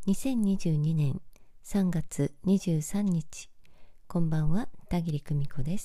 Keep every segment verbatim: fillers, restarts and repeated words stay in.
にせんにじゅうにねんさんがつにじゅうさんにち、こんばんは、田切久美子です。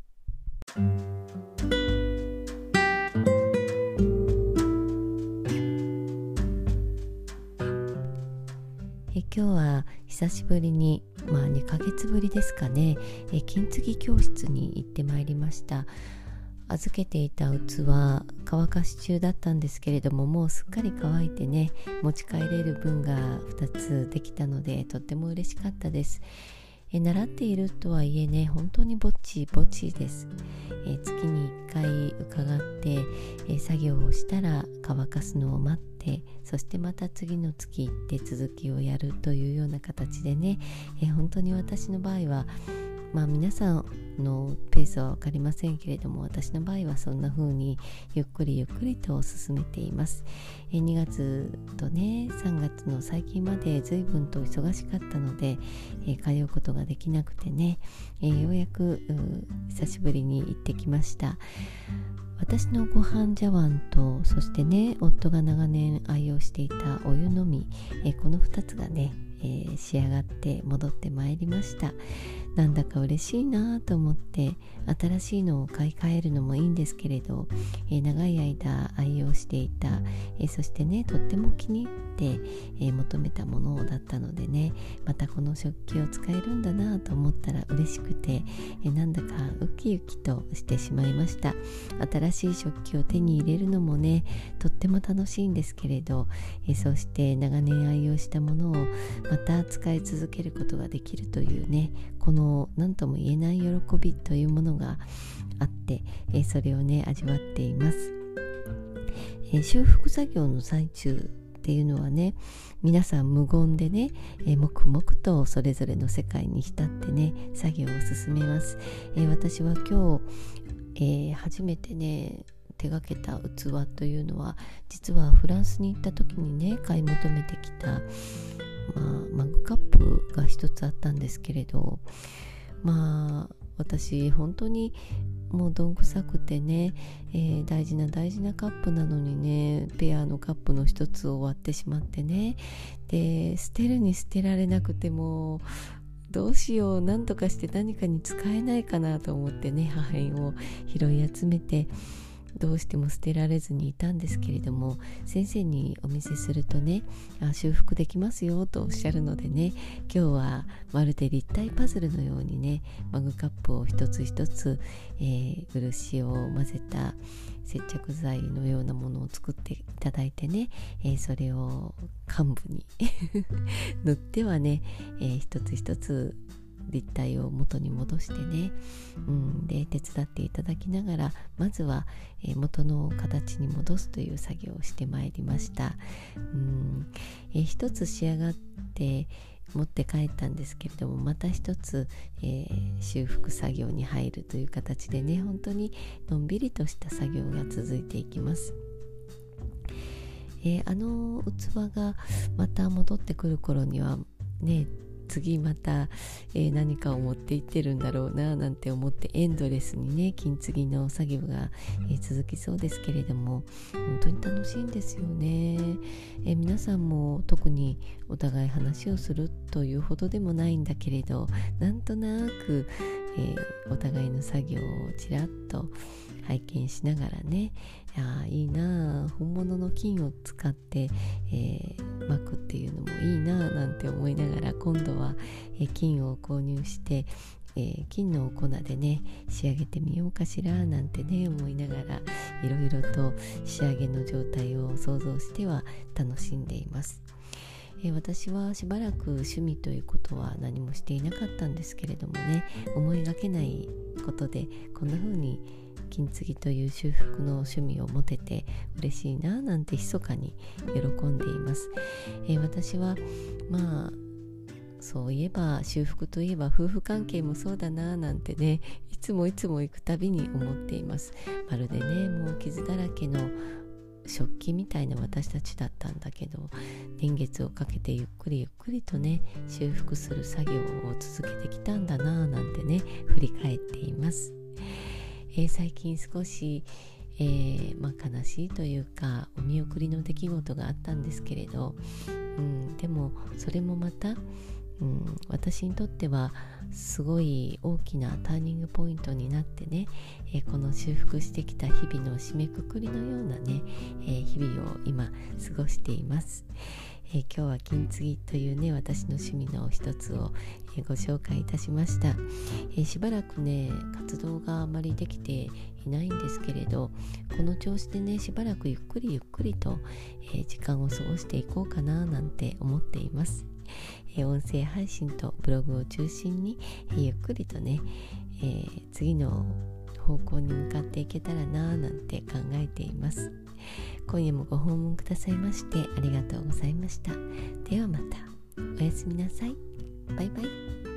え今日は久しぶりに、まあにかげつぶりですかね、え金継ぎ教室に行ってまいりました。預けていた器乾かし中だったんですけれども、もうすっかり乾いてね、持ち帰れる分がふたつできたのでとっても嬉しかったです。え習っているとはいえね、本当にぼちぼちです。え月にいっかい伺ってえ作業をしたら乾かすのを待って、そしてまた次の月行って続きをやるというような形でね、え本当に私の場合はまあ皆さんのペースは分かりませんけれども、私の場合はそんな風にゆっくりゆっくりと進めています。えにがつとねさんがつの最近まで随分と忙しかったので、え通うことができなくてね、えようやく久しぶりに行ってきました。私のご飯茶碗と、そしてね夫が長年愛用していたお湯のみ、えこのふたつがね、えー、仕上がって戻ってまいりました。なんだか嬉しいなと思って、新しいのを買い替えるのもいいんですけれど、えー、長い間愛用していた、えー、そしてねとっても気に入って、えー、求めたものだったのでね、またこの食器を使えるんだなと思ったら嬉しくて、えー、なんだかウキウキとしてしまいました。新しい食器を手に入れるのもねとっても楽しいんですけれど、えー、そして長年愛用したものをまた使い続けることができるというね、この何とも言えない喜びというものがあって、えー、それをね味わっています。えー、修復作業の最中っていうのはね、皆さん無言でね、えー、黙々とそれぞれの世界に浸ってね作業を進めます。えー、私は今日、えー、初めてね手がけた器というのは、実はフランスに行った時にね買い求めてきたまあ、マグカップが一つあったんですけれど、まあ私本当にもうどんくさくてね、えー、大事な大事なカップなのにね、ペアのカップの一つを割ってしまってね、で捨てるに捨てられなくて、もどうしよう、なんとかして何かに使えないかなと思ってね、破片を拾い集めてどうしても捨てられずにいたんですけれども、先生にお見せするとね、あ修復できますよとおっしゃるのでね、今日はまるで立体パズルのようにねマグカップを一つ一つ、えー、漆を混ぜた接着剤のようなものを作っていただいてね、えー、それを幹部に塗ってはね、えー、一つ一つ立体を元に戻してね、うん、で手伝っていただきながら、まずは、えー、元の形に戻すという作業をしてまいりました。うんえー、一つ仕上がって持って帰ったんですけれども、また一つ、えー、修復作業に入るという形でね、本当にのんびりとした作業が続いていきます。えー、あの器がまた戻ってくる頃にはね、次また、えー、何かを持っていってるんだろうななんて思って、エンドレスにね金継ぎの作業が、えー、続きそうですけれども、本当に楽しいんですよね。えー、皆さんも特にお互い話をするというほどでもないんだけれど、なんとなく、えー、お互いの作業をちらっと拝見しながらね、あいいな、本物の金を使って、えー、巻くっていうのもいいななんて思いながら、今度は、えー、金を購入して、えー、金のお粉でね仕上げてみようかしらなんてね思いながら、いろいろと仕上げの状態を想像しては楽しんでいます。えー、私はしばらく趣味ということは何もしていなかったんですけれどもね、思いがけないことでこんな風に金継ぎという修復の趣味を持てて嬉しいななんて密かに喜んでいます。えー、私はまあそういえば修復といえば夫婦関係もそうだななんてね、いつもいつも行くたびに思っています。まるでねもう傷だらけの食器みたいな私たちだったんだけど、年月をかけてゆっくりゆっくりとね修復する作業を続けてきたんだななんてね振り返っています。えー、最近少し、えーまあ、悲しいというかお見送りの出来事があったんですけれど、うん、 でもそれもまた、うん、私にとってはすごい大きなターニングポイントになってね、えー、この修復してきた日々の締めくくりのようなね、えー、日々を今過ごしています。えー、今日は金継ぎというね私の趣味の一つを、えー、ご紹介いたしました。えー、しばらくね活動があまりできていないんですけれど、この調子でねしばらくゆっくりゆっくりと、えー、時間を過ごしていこうかななんて思っています。えー、音声配信とブログを中心に、えー、ゆっくりとね、えー、次の方向に向かっていけたらななんて考えています。今夜もご訪問くださいましてありがとうございました。ではまた。おやすみなさい。バイバイ。